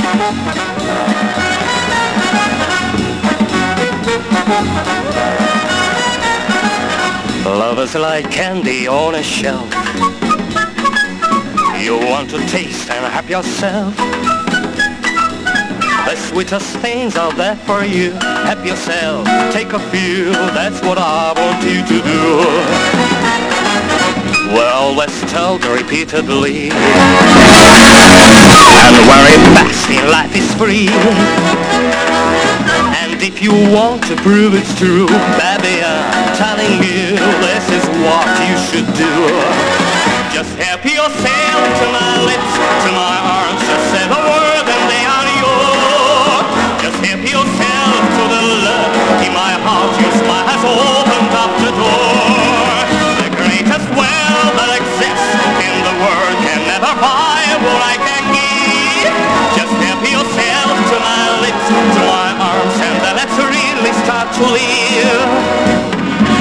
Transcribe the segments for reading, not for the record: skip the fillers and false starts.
Love is like candy on a shelf. You want to taste and help yourself. The sweetest things are there for you. Help yourself, take a few. That's what I want you to do. We're always told repeatedly, and very fast in life is free. And if you want to prove it's true, baby, I'm telling you, this is what you should do. Just help yourself to my lips, to my arms, just say the word and they are yours. Just help yourself to the love in my heart, your smile has opened up the door. The greatest well that exists in the world can never buy what I can give. Just help yourself to my lips, to my arms, and then let's really start to live.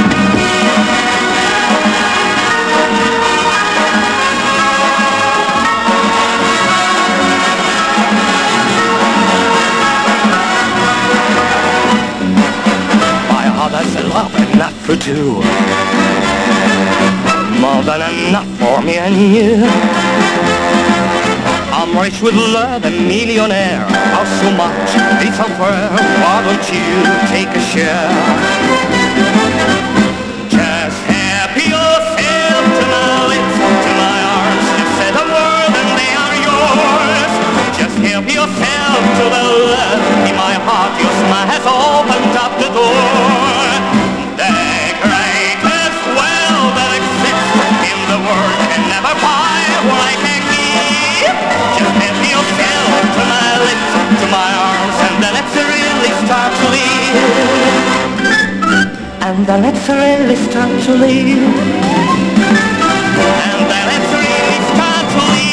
That's love enough for two, more than enough for me and you. I'm rich with love, a millionaire. How so much? It's unfair. Why don't you take a share? Just help yourself to my lips, to my arms. Just say the word and they are yours. Just help yourself to the love in my heart. Your smile has opened up the door. Can never buy what I can give. Just help yourself to my lips, to my arms, and then let's really start to live. And then let's really start to live. And then let's really start to live.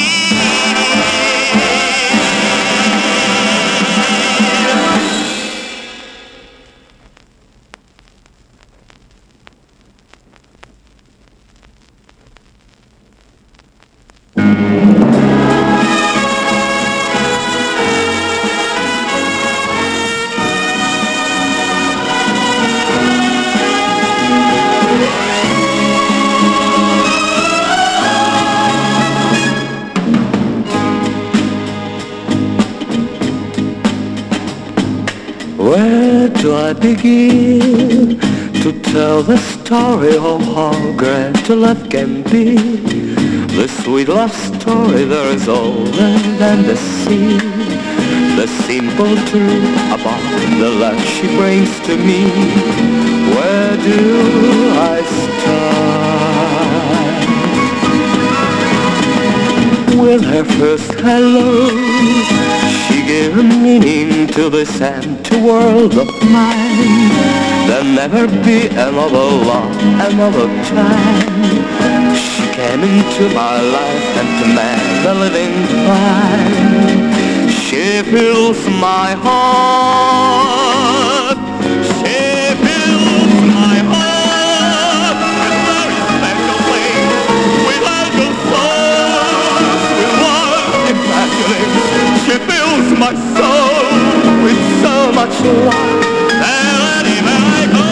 Where do I begin to tell the story of how great love can be? The sweet love story there is older than the sea. The simple truth about the love she brings to me. Where do I start? With her first hello, she gave a meaning to this empty world of mine. There'll never be another love, another time. She came into my life and to man a living time. She fills my heart. She fills my heart with very special things, with angel souls, with warm imagining. She fills my soul with so much love that anywhere I go,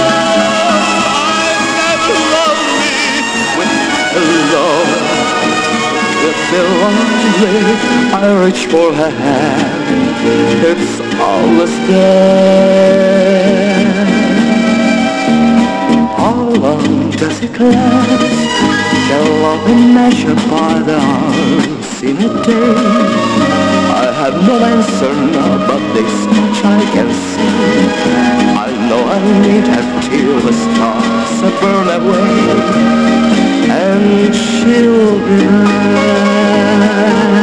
I never lonely with her love. It's lonely, I reach for her hand, it's always there. How long does it last? Can love be measured by the hours in a day? I have no answer now, but this much I can say. I know I need her till the stars burn away, and she'll be there.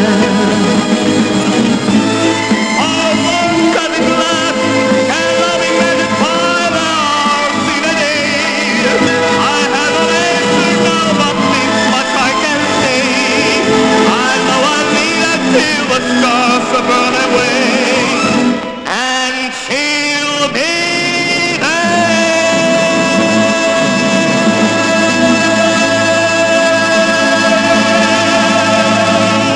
How long does it last? Can love be measured by the hours in a day? I have no answer now, but this much I can say. I know I need her till the stars burn away, and she'll be there.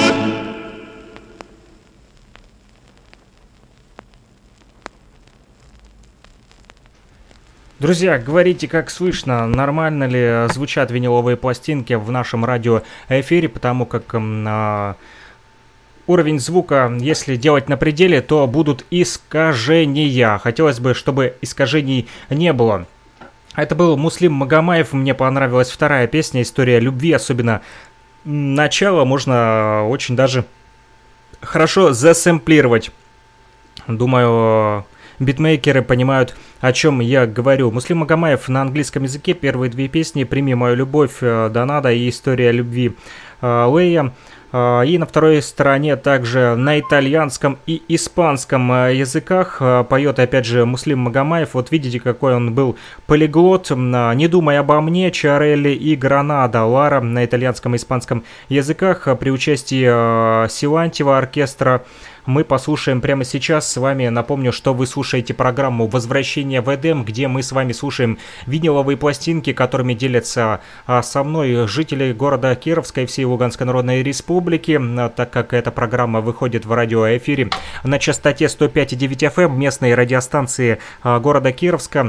Друзья, говорите, как слышно, нормально ли звучат виниловые пластинки в нашем радиоэфире, потому как уровень звука, если делать на пределе, то будут искажения. Хотелось бы, чтобы искажений не было. Это был Муслим Магомаев, мне понравилась вторая песня «История любви», особенно начало можно очень даже хорошо засэмплировать. Думаю, битмейкеры понимают, о чем я говорю. Муслим Магомаев на английском языке, первые две песни «Прими мою любовь» Донада и «История любви» Лея. И на второй стороне также на итальянском и испанском языках поет опять же Муслим Магомаев. Вот видите, какой он был полиглот. «Не думай обо мне», Чарелли и «Гранада», Лара на итальянском и испанском языках при участии Силантьева оркестра. Мы послушаем прямо сейчас с вами. Напомню, что вы слушаете программу «Возвращение в Эдем», где мы с вами слушаем виниловые пластинки, которыми делятся со мной жители города Кировска и всей Луганской Народной Республики, так как эта программа выходит в радиоэфире на частоте 105,9 FM местной радиостанции города Кировска.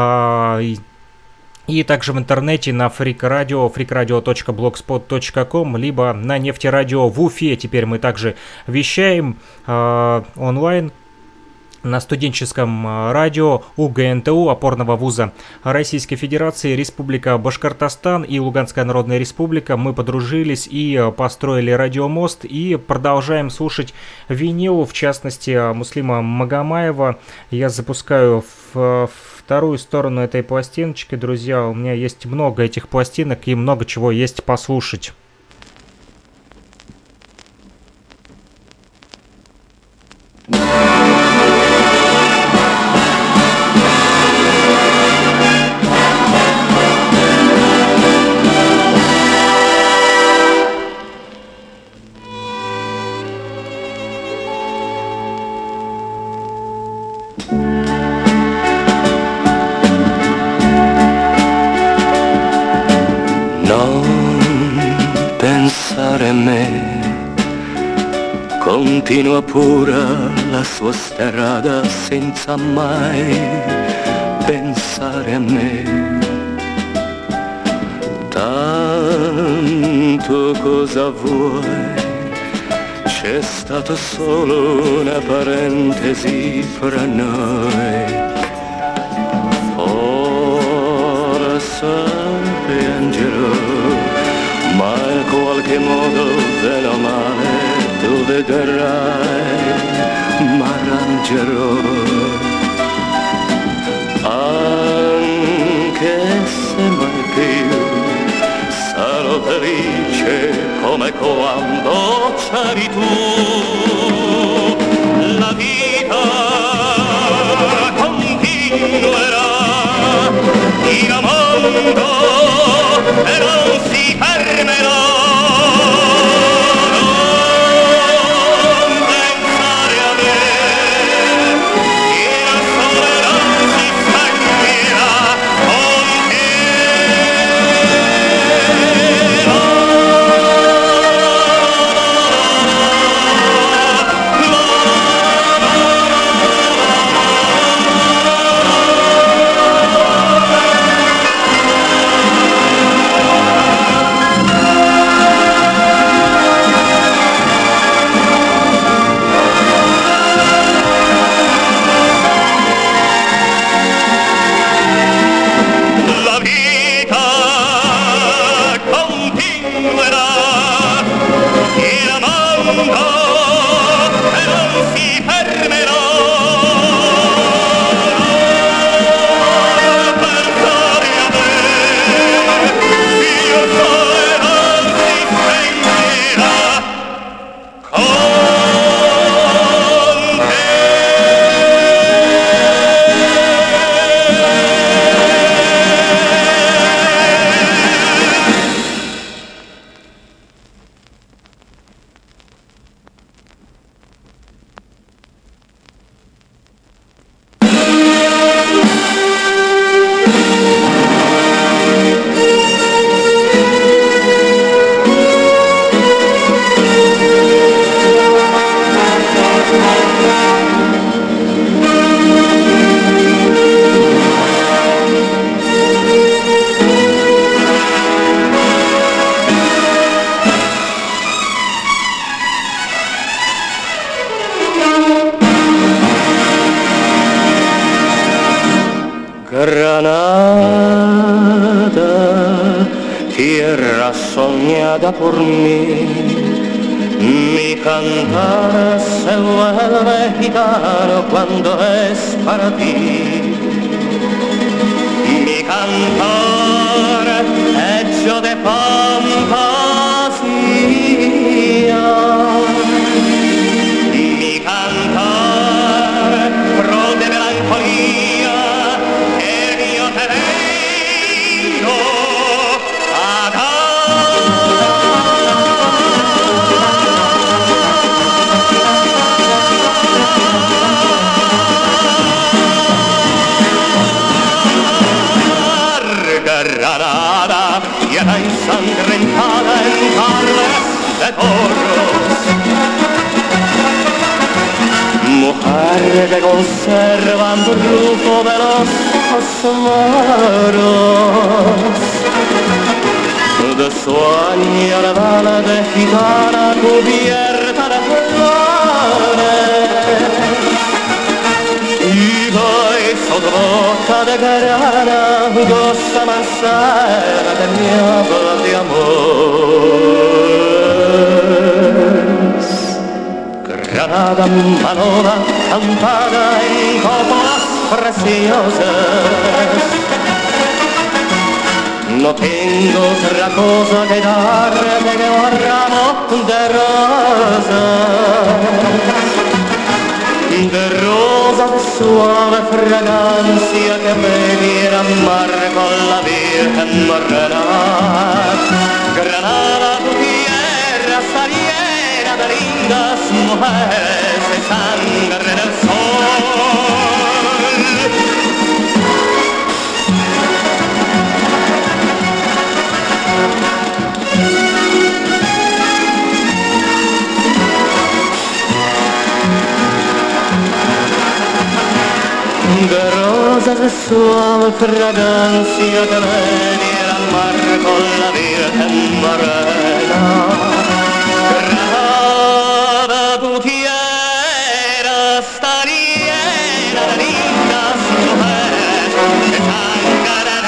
И также в интернете на freakradio, freakradio.blogspot.com, либо на нефтерадио в Уфе. Теперь мы также вещаем онлайн на студенческом радио УГНТУ, опорного вуза Российской Федерации, Республика Башкортостан и Луганская Народная Республика. Мы подружились и построили радиомост, и продолжаем слушать винил, в частности, Муслима Магомаева. Я запускаю вторую сторону этой пластиночки, друзья. У меня есть много этих пластинок и много чего есть послушать. Continua pure la sua strada senza mai pensare a me. Tanto cosa vuoi? C'è stata solo una parentesi fra noi. Forse piangerò, ma in qualche modo bene o male tu vedrai, m'arrangerò. Anche se mai più sarò felice come quando c'eri tu. La vita continuerà in mondo e non si fermerà. Granada, tierra soñada por mí, mi cantar se vuelve gitano cuando es para ti. Mi cantar hecho de fantasía, mi cantar pro de melancolía, que yo te vengo a Granada, tierra ensangrentada en carnes de toros, mujer que conserva el rufo de los ojos moros, de sueño la bala de gitana cubierta de flores, y voy sobre boca de grana, goza manzana de mi habla de amor. Granada manora cantada en copas preciosas, no tengo otra cosa que darte que un ramo de rosas de suave fragancia que me viene a amar con la Virgen Morena. Granada, tu tierra está llena de lindas mujeres de sangre del sol. De rosas de suave fragancia que veniera a mar con la Virgen Morena. Granada, tu tierra está llena de lindas mujeres que sangre del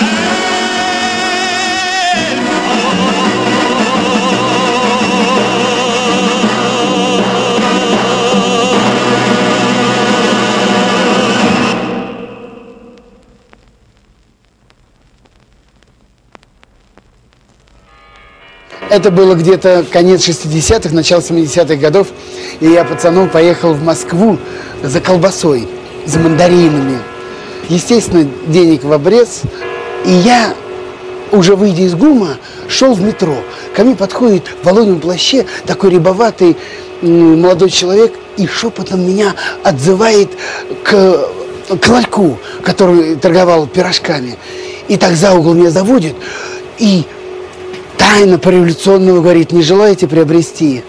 Это было где-то конец 60-х, начало 70-х годов. И я пацаном поехал в Москву за колбасой, за мандаринами. Естественно, денег в обрез. И я, уже выйдя из ГУМа, шел в метро. Ко мне подходит в воловьем плаще такой рябоватый молодой человек и шепотом меня отзывает к ларьку, который торговал пирожками. И так за угол меня заводит и тайно по-революционному говорит: не желаете приобрести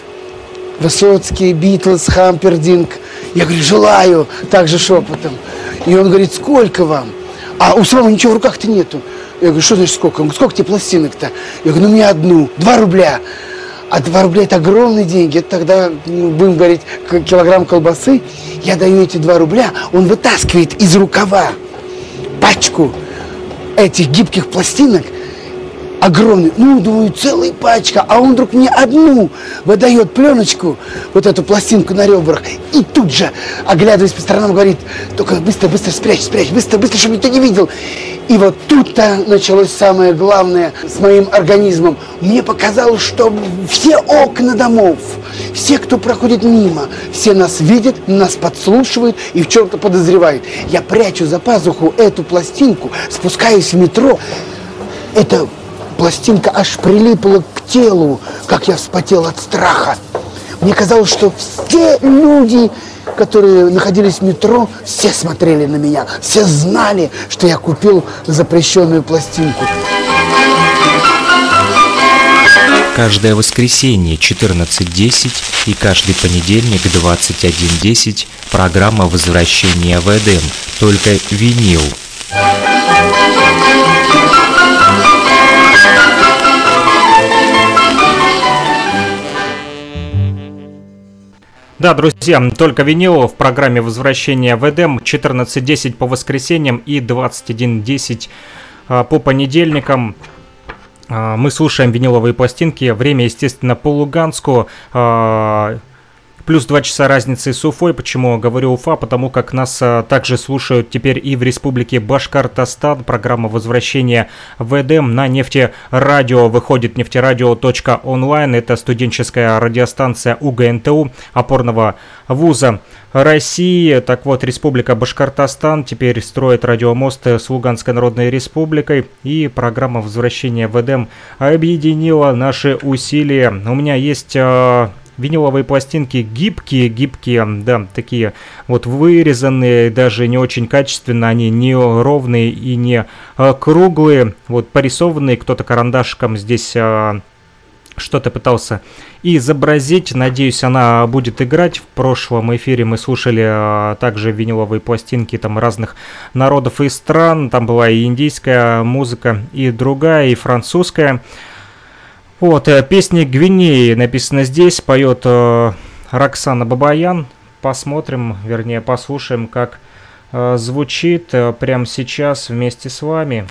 Высоцкий, Битлз, Хампердинг? Я говорю: желаю, также шепотом. И он говорит: сколько вам? А у самого ничего в руках-то нету. Я говорю: что значит сколько? Он говорит: сколько тебе пластинок-то? Я говорю: ну мне одну, 2 рубля. А 2 рубля это огромные деньги. Это тогда, будем говорить, килограмм колбасы. Я даю эти 2 рубля, он вытаскивает из рукава пачку этих гибких пластинок, огромный, ну, думаю, целая пачка, а он вдруг мне одну выдает пленочку, вот эту пластинку на ребрах, и тут же, оглядываясь по сторонам, говорит: только быстро, быстро спрячь, быстро, быстро, чтобы никто не видел. И вот тут-то началось самое главное с моим организмом. Мне показалось, что все окна домов, все, кто проходит мимо, все нас видят, нас подслушивают и в чем-то подозревают. Я прячу за пазуху эту пластинку, спускаюсь в метро. Эта пластинка аж прилипла к телу, как я вспотел от страха. Мне казалось, что все люди, которые находились в метро, все смотрели на меня, все знали, что я купил запрещенную пластинку. Каждое воскресенье 14:10 и каждый понедельник 21:10 программа «Возвращение в Эдем», только винил. Да, друзья, только винил в программе «Возвращение в Эдем», 14:10 по воскресеньям и 21:10 по понедельникам. Мы слушаем виниловые пластинки. Время, естественно, по Луганску. Плюс 2 часа разницы с Уфой. Почему говорю Уфа? Потому как нас также слушают теперь и в республике Башкортостан. Программа «Возвращение в Эдем» на нефтерадио. Выходит нефтерадио.онлайн. Это студенческая радиостанция УГНТУ, опорного вуза России. Так вот, республика Башкортостан теперь строит радиомост с Луганской Народной Республикой. И программа «Возвращение в Эдем» объединила наши усилия. У меня есть... виниловые пластинки гибкие, да, такие вот вырезанные, даже не очень качественно, они не ровные и не круглые, вот порисованные, кто-то карандашиком здесь что-то пытался изобразить, надеюсь, она будет играть. В прошлом эфире мы слушали также виниловые пластинки там разных народов и стран, там была и индийская музыка, и другая, и французская. Вот, песня Гвинеи написана здесь, поет Роксана Бабаян. Посмотрим, вернее, послушаем, как звучит прямо сейчас вместе с вами.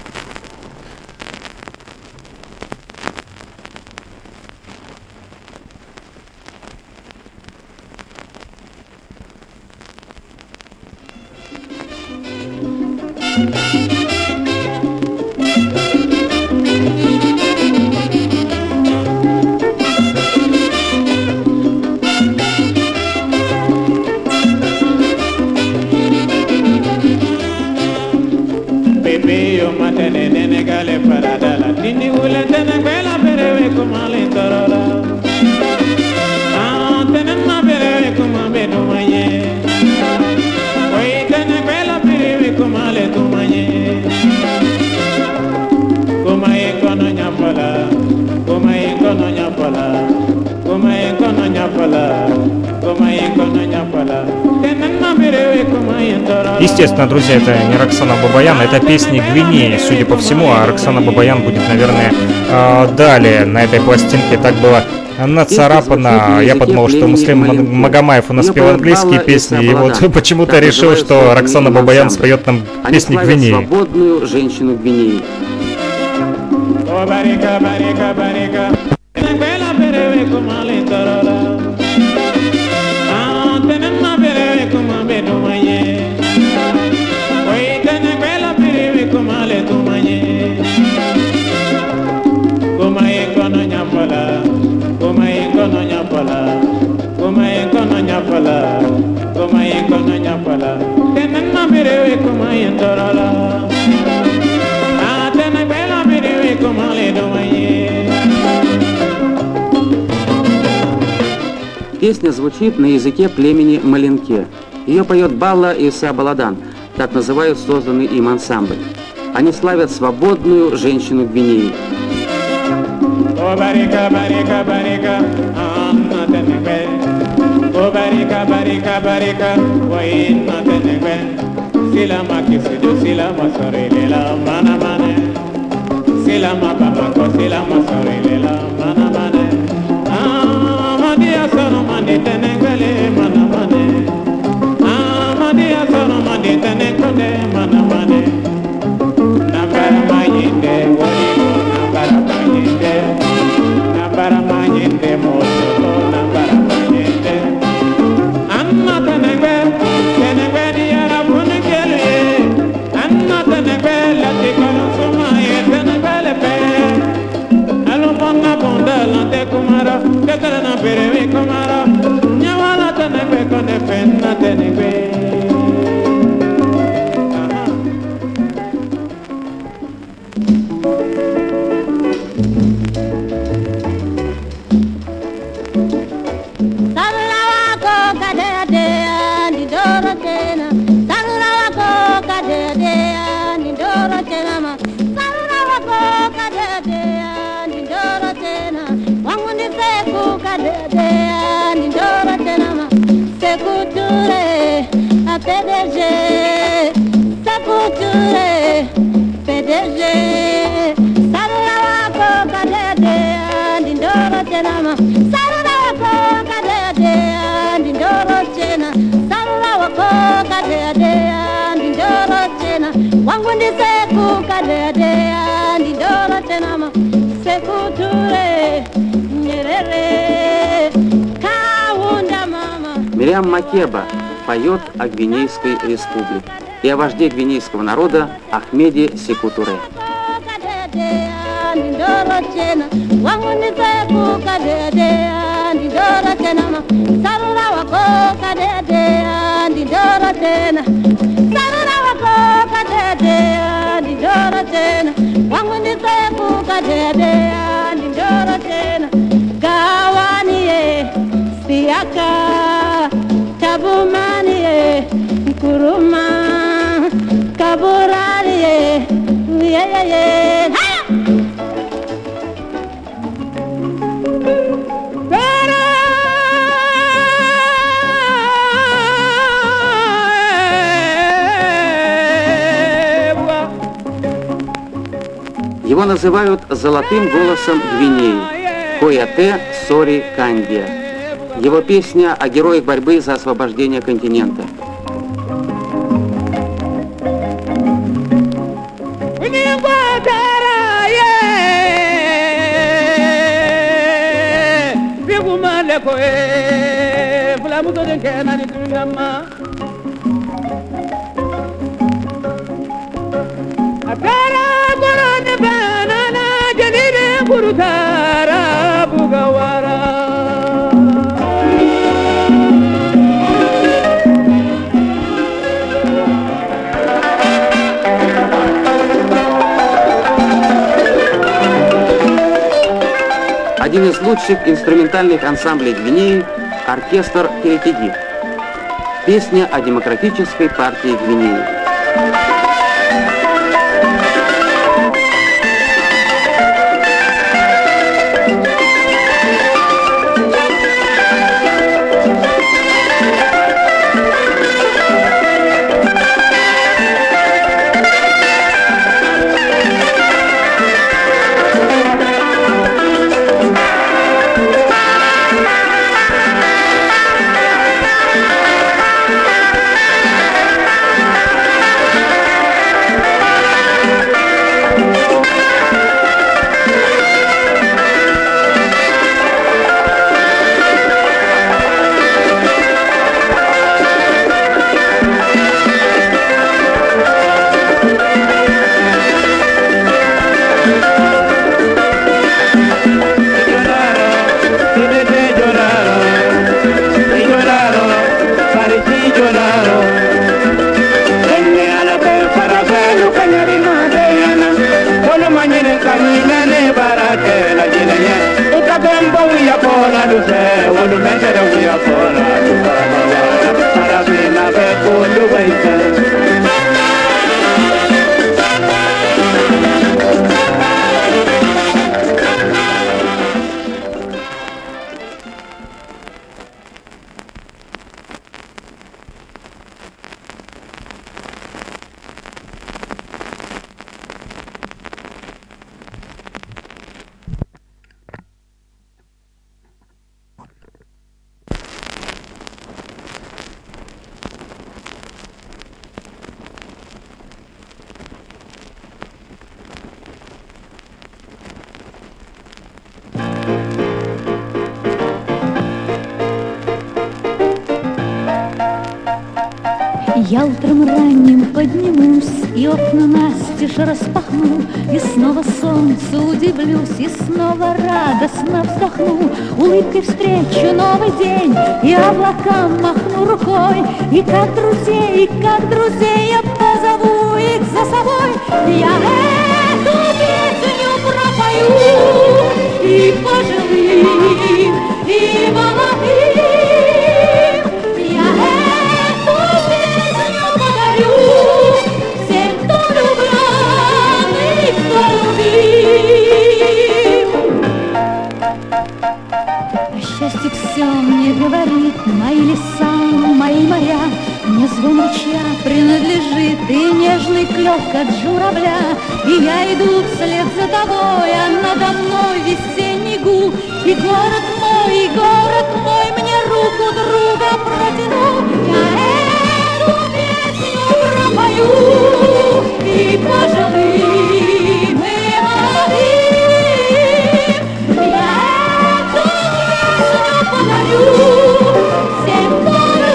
Естественно, друзья, это не Роксана Бабаян, это песни Гвинеи, судя по всему, а Роксана Бабаян будет, наверное, далее на этой пластинке. Так было нацарапано. Я подумал, что Муслим Магомаев у нас пел английские песни, и вот почему-то решил, что Роксана Бабаян споет нам песни Гвинеи. Свободную женщину Гвинеи. Песня звучит на языке племени Маленке. Ее поет Балла Иса Баладан, так называют созданный им ансамбль. Они славят свободную женщину Гвинеи. Мириам Макеба поет о Гвинейской республике и о вожде гвинейского народа Ахмеде Секу Туре. Siaka Tabumani Kuruma Kaburari yeah. Его называют «золотым голосом Гвинеи» Кояте Сори Кандия. Его песня о героях борьбы за освобождение континента. Один из лучших инструментальных ансамблей Гвинеи – оркестр Керетиги. Песня о демократической партии Гвинеи. Я утром ранним поднимусь и окна настежь распахну, и снова солнцу удивлюсь, и снова радостно вздохну. Улыбкой встречу новый день, и облакам махну рукой, и как друзей я позову их за собой. Я эту песню пропою и пожилым, и молодым. Счастье все мне говорит, мои леса, мои моря, мне звон ручья принадлежит и нежный клёк от журавля. И я иду вслед за тобой, а надо мной весенний гул. И город мой мне руку друга протянул. Я эту песню пропою и пожилым, и молодым. Я эту песню подарю всем, кто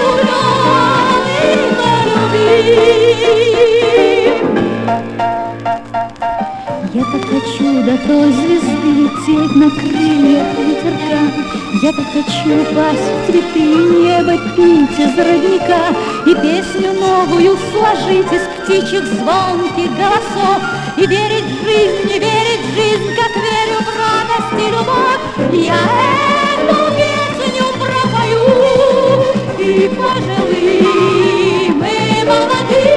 Я так хочу до той звезды лететь на крыльях ветерка. Я так хочу пасть в цветы, небо пить из родника и песню новую сложить из птичьих звонких голосов и верить в жизнь, как верю в радость и любовь. Я эту песню пропою и пожилым, и молодым.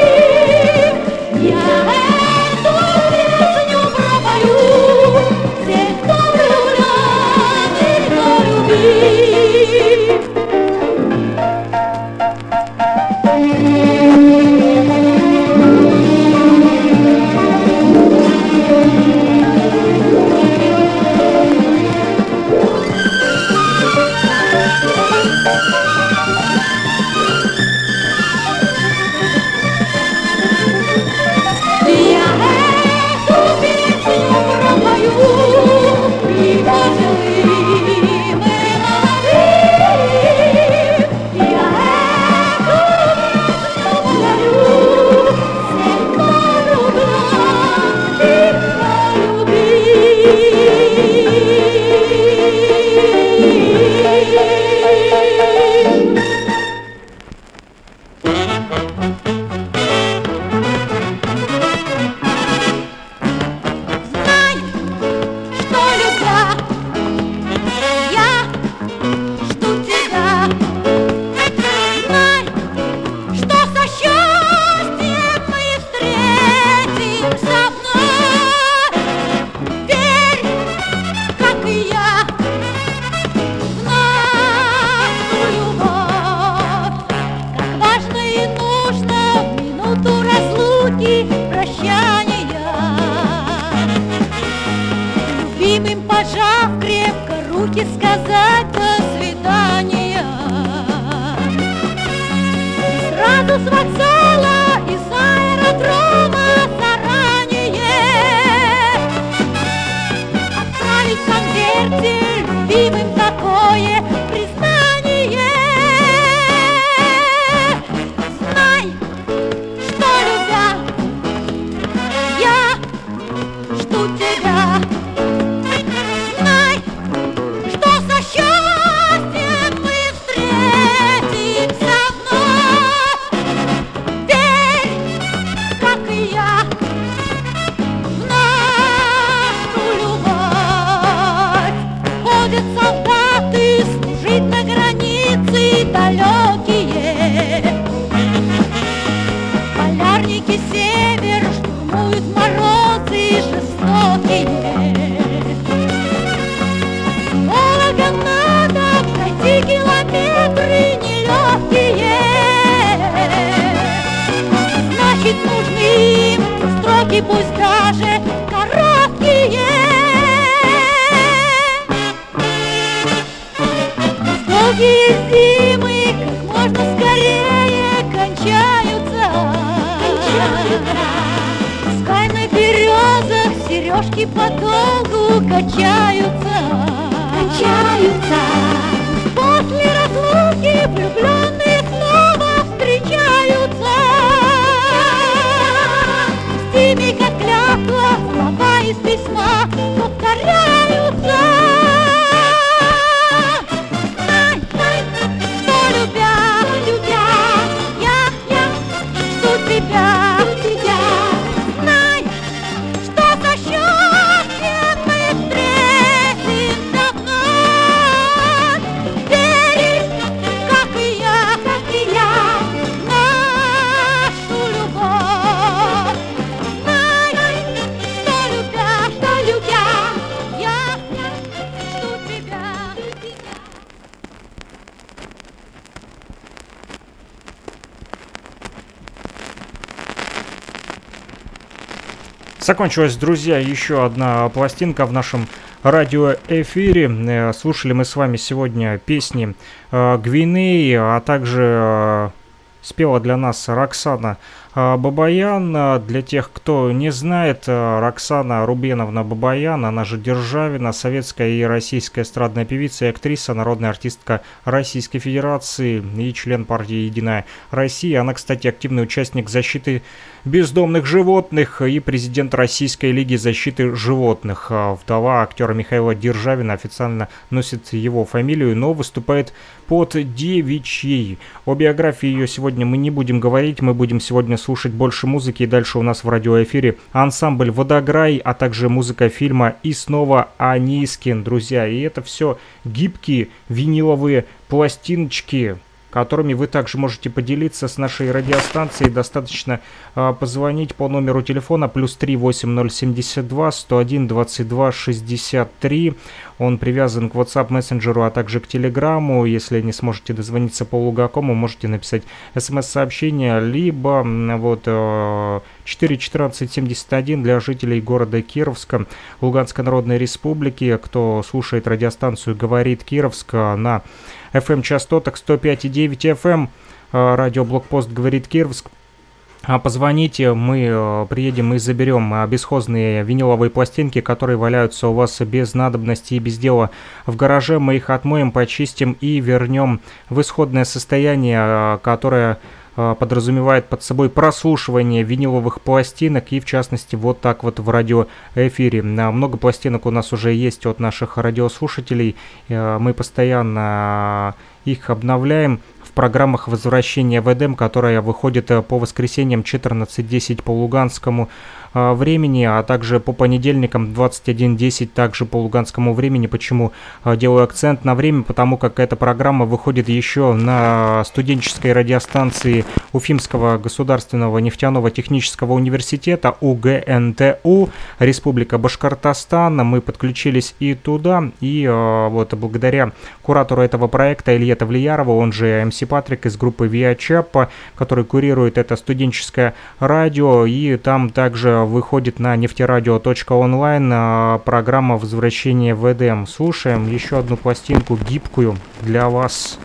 Я эту песню пропою всем, кто влюблен и кто любит. Закончилась, друзья, еще одна пластинка в нашем радиоэфире. Слушали мы с вами сегодня песни Гвинеи, а также спела для нас Роксана Бабаян, для тех, кто не знает, Роксана Рубеновна Бабаян, она же Державина, советская и российская эстрадная певица и актриса, народная артистка Российской Федерации и член партии «Единая Россия». Она, кстати, активный участник защиты бездомных животных и президент Российской лиги защиты животных. Вдова актера Михаила Державина официально носит его фамилию, но выступает под девичьей. О биографии ее сегодня мы не будем говорить, мы будем сегодня слушать больше музыки, и дальше у нас в радиоэфире ансамбль «Водограй», а также музыка фильма «И снова Анискин», друзья. И это все гибкие виниловые пластиночки, которыми вы также можете поделиться с нашей радиостанцией. Достаточно позвонить по номеру телефона +3 8072 101 22 63. Он привязан к WhatsApp мессенджеру, а также к Телеграму. Если не сможете дозвониться по Лугакому, можете написать смс-сообщение, либо 41471 для жителей города Кировска, Луганской Народной Республики. Кто слушает радиостанцию «Говорит Кировск» на FM-частотах 105,9 FM, радиоблокпост «Говорит Кировск». Позвоните, мы приедем и заберем бесхозные виниловые пластинки, которые валяются у вас без надобности и без дела в гараже. Мы их отмоем, почистим и вернем в исходное состояние, которое подразумевает под собой прослушивание виниловых пластинок и, в частности, вот так вот в радиоэфире. Много пластинок у нас уже есть от наших радиослушателей. Мы постоянно их обновляем в программах возвращения в Эдем, которая выходит по воскресеньям 14:10 по луганскому времени, а также по понедельникам 21:10 также по луганскому времени. Почему делаю акцент на время? Потому как эта программа выходит еще на студенческой радиостанции Уфимского государственного нефтяного технического университета УГНТУ, Республика Башкортостан. Мы подключились и туда, и вот благодаря куратору этого проекта Илье Тавлиярову, он же МС Патрик из группы ViaChap, который курирует это студенческое радио, и там также выходит на нефтерадио.онлайн программа «Возвращение в Эдем». Слушаем еще одну пластинку гибкую для вас.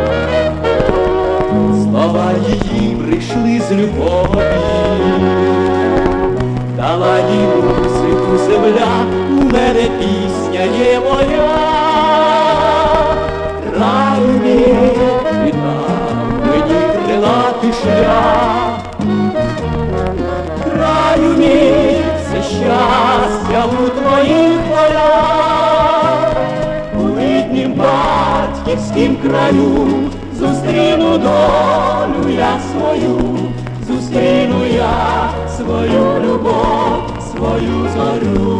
Слова її прийшли з любові. ладі музику земля, у мене пісня є моя. Раю мій, віддав мені крилатий шлях. Краю мій, все щастя у твоїх полях. У ріднім батьківськім краю зустріну долю я свою, зустріну я свою любов, свою зорю.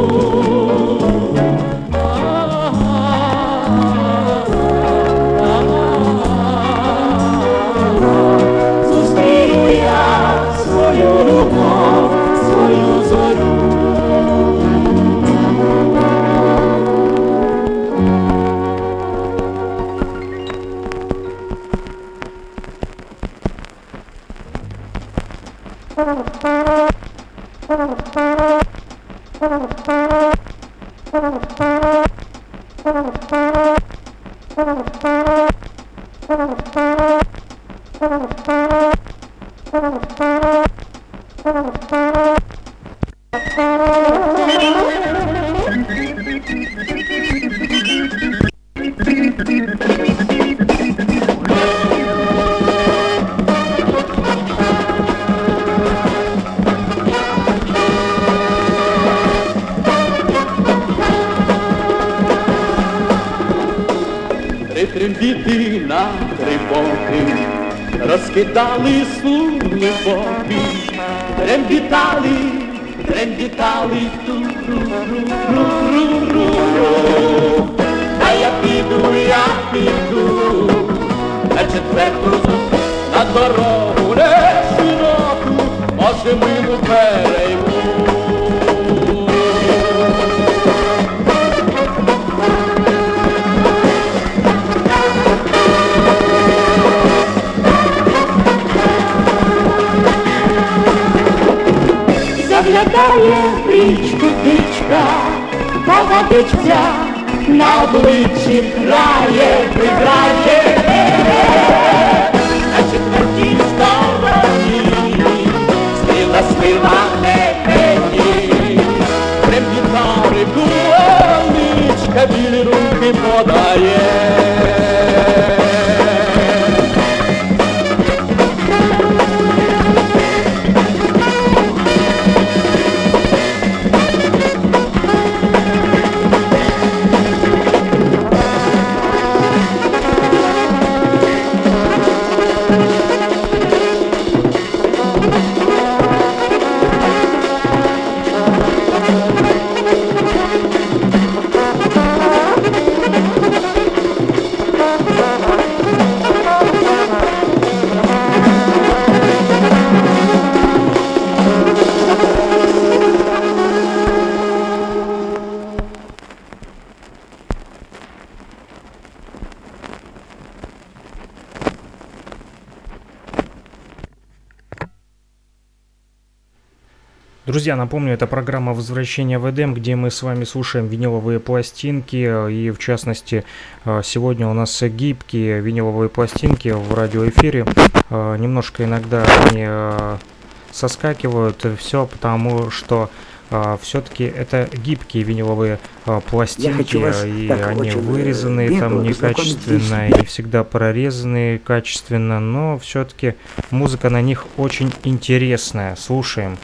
Зустріну я свою любов, свою зорю. Трембіти на тривоги, розкидали суми боки, трембітали, трембітали ту-ру-ру-ру-ру-ру. А я піду на четверту, на дорогу не широку, може мимо перейму. Заглядає в річку дичка, та водичця на обличчі грає. На четвертій стороні спіла мені, трембітали куаничка, білі руки подає. Друзья, напомню, это программа «Возвращение в Эдем», где мы с вами слушаем виниловые пластинки, и в частности сегодня у нас гибкие виниловые пластинки в радиоэфире. Немножко иногда они соскакивают, все потому что все-таки это гибкие виниловые пластинки, и они вырезаны там некачественно, и всегда прорезаны качественно, но все-таки музыка на них очень интересная. Слушаем.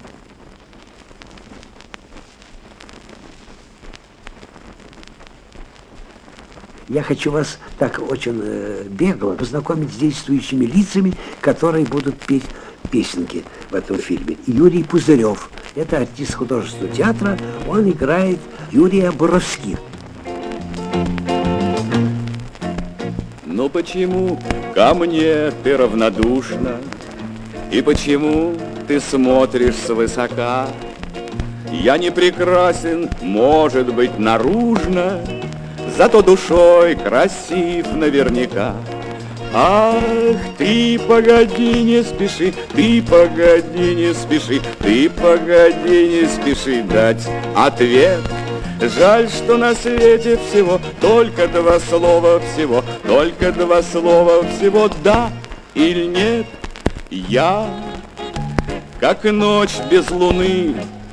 Я хочу вас так очень бегло познакомить с действующими лицами, которые будут петь песенки в этом фильме. Юрий Пузырев, это артист художественного театра, он играет Юрия Боровски. Ну почему ко мне ты равнодушна, и почему ты смотришь свысока? Я не прекрасен, может быть, наружно, зато душой красив наверняка. Ах, ты погоди, не спеши, ты погоди, не спеши, ты погоди, не спеши дать ответ. Жаль, что на свете всего только два слова всего, только два слова всего, да или нет. Я, как ночь без луны,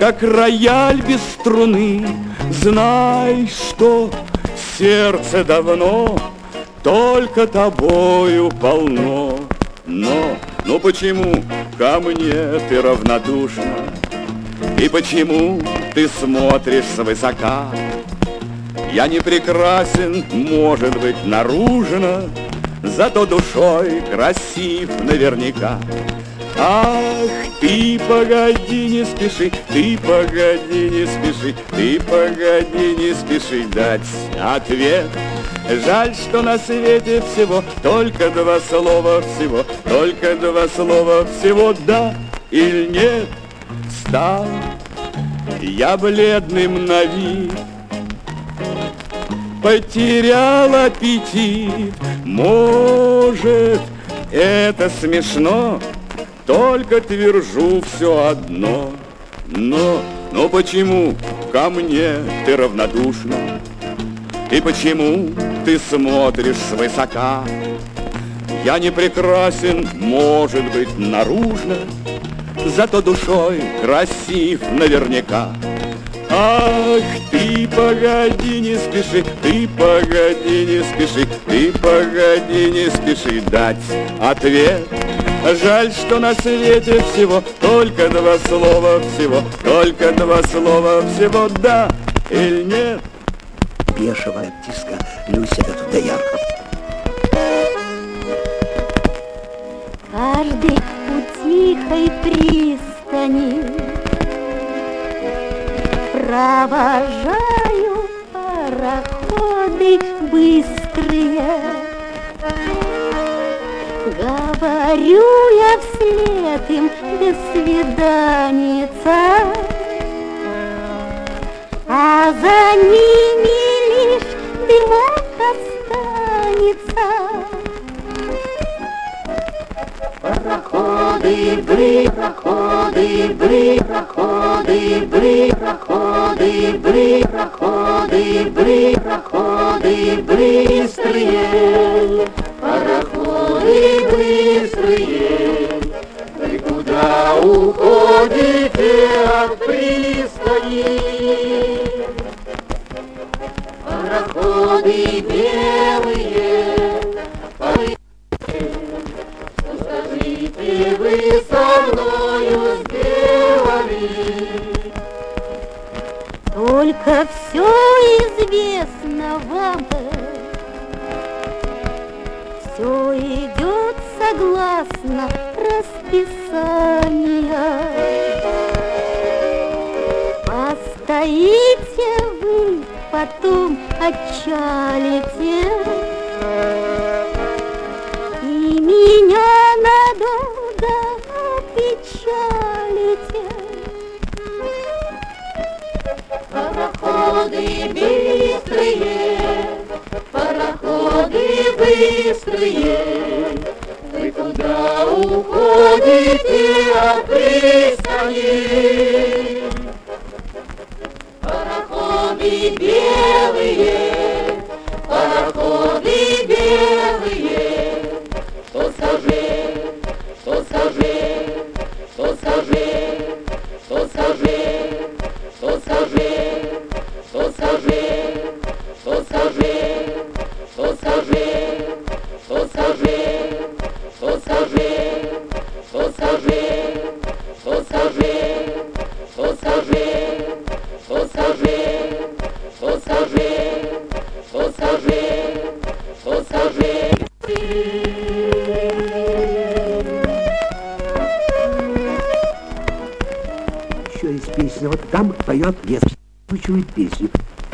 как рояль без струны. Знай, что сердце давно только тобою полно. Но почему ко мне ты равнодушна? И почему ты смотришь свысока? Я не прекрасен, может быть, наружно, зато душой красив наверняка. Ах, ты погоди, не спеши, ты погоди, не спеши, ты погоди, не спеши дать ответ. Жаль, что на свете всего только два слова всего, только два слова всего, да или нет. Стал я бледным на вид, потерял аппетит. Может, это смешно, только твержу все одно. Но почему ко мне ты равнодушна? И почему ты смотришь свысока? Я не прекрасен, может быть, наружно, зато душой красив наверняка. Ах, ты погоди, не спеши, ты погоди, не спеши, ты погоди, не спеши дать ответ. Жаль, что на свете всего только два слова всего, только два слова всего, да или нет. Бешевая артистка Люся Гатудаян. Каждый у тихой пристани провожаю пароходы быстрые. Говорю я вслед им до свиданица, а за ними лишь дымок останется. Пароходы, пароходы, пароходы, пароходы, пароходы, пароходы быстрые, пароходы быстрые. Вы куда уходите от пристани? Пароходы белые, скажите, вы со мною сделали? Только все известно вам, все идет согласно расписанию. Постоите вы, потом отчалите, и меня надолго опечалите. Пароходы быстрые, пароходы быстрые, вы куда уходите от пристани? Пароходы белые, пароходы белые, что скажи, что скажи, что скажи, что скажи, что скажи, что скажи, что скажи, что скажи, что скажи, что скажи, что скажи, что скажи, что скажи, что скажи, что скажи, что скажи, что скажи. Еще есть песня, вот там поет лес, озвучивает песню.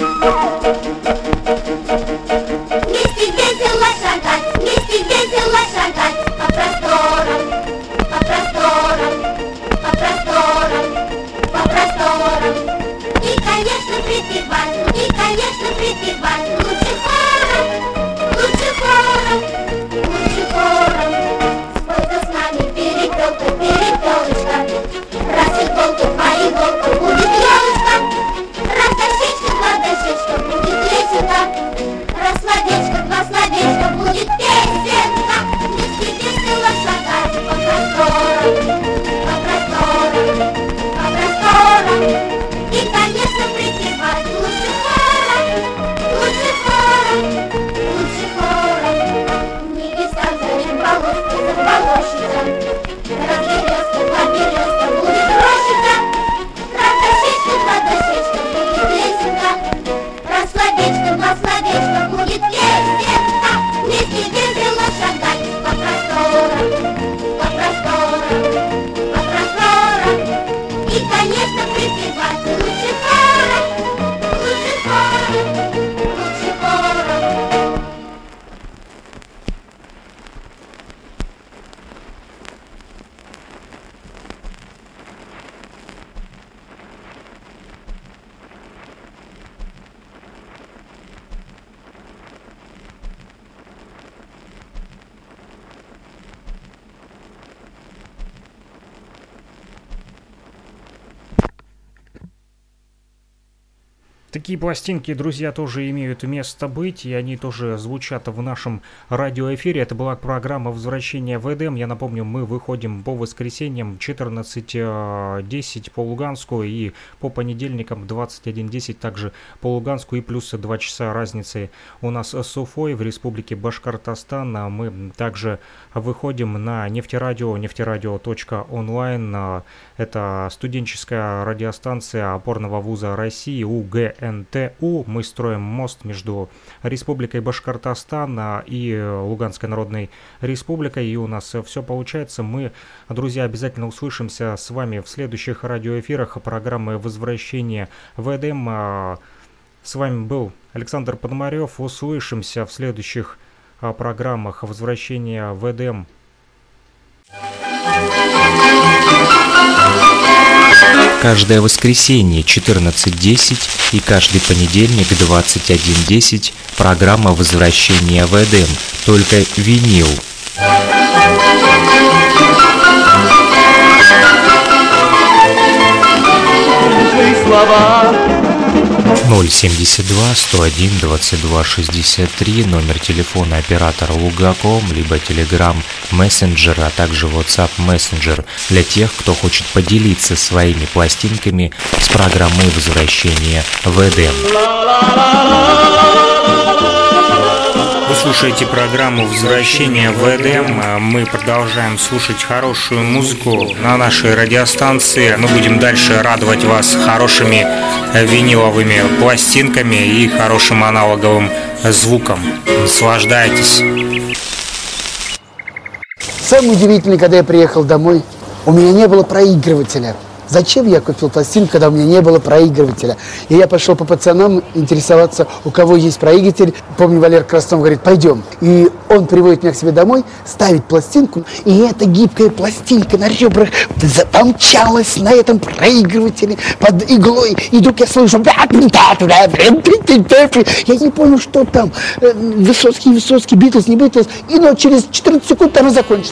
Вместе весело шагать, вместе весело шагать по просторам, по просторам, по просторам, по просторам. И, конечно, припевать, и, конечно, припевать лучше хором, лучше хором, лучше хором. Спой-ка с нами перепелка, перепелочка, раз иголка, два иголка, будет елочка, раз дощечка, два дощечка, будет лесенка, раз словечко, два словечка, будет песенка. Такие пластинки, друзья, тоже имеют место быть, и они тоже звучат в нашем радиоэфире. Это была программа «Возвращение в Эдем». Я напомню, мы выходим по воскресеньям 14:10 по Луганску и по понедельникам 21:10 также по Луганску, и плюс 2 часа разницы у нас с Уфой в республике Башкортостан. Мы также выходим на нефтерадио, нефтерадио.онлайн. Это студенческая радиостанция опорного вуза России УГНТУ. Мы строим мост между Республикой Башкортостан и Луганской Народной Республикой, и у нас все получается. Мы, друзья, обязательно услышимся с вами в следующих радиоэфирах программы «Возвращение в Эдем». С вами был Александр Пономарев. Услышимся в следующих программах «Возвращение в Эдем». Каждое воскресенье 14:10 и каждый понедельник 21:10 программа «Возвращение в Эдем». Только винил. Слова 072 101 22 63, номер телефона оператора Лугаком, либо Telegram Messenger, а также WhatsApp Messenger для тех, кто хочет поделиться своими пластинками с программой «Возвращение в Эдем». Вы слушаете программу «Возвращение в Эдем». Мы продолжаем слушать хорошую музыку на нашей радиостанции. Мы будем дальше радовать вас хорошими виниловыми пластинками и хорошим аналоговым звуком. Наслаждайтесь. Самое удивительное, когда я приехал домой, у меня не было проигрывателя. Зачем я купил пластинку, когда у меня не было проигрывателя? И я пошел по пацанам интересоваться, у кого есть проигрыватель. Помню, Валер Краснов говорит, пойдем. И он приводит меня к себе домой, ставит пластинку, и эта гибкая пластинка на ребрах помчалась на этом проигрывателе под иглой. И вдруг я слышу, я не понял, что там. Высоцкий, Битлз, не Битлз. И через 14 секунд она закончилась.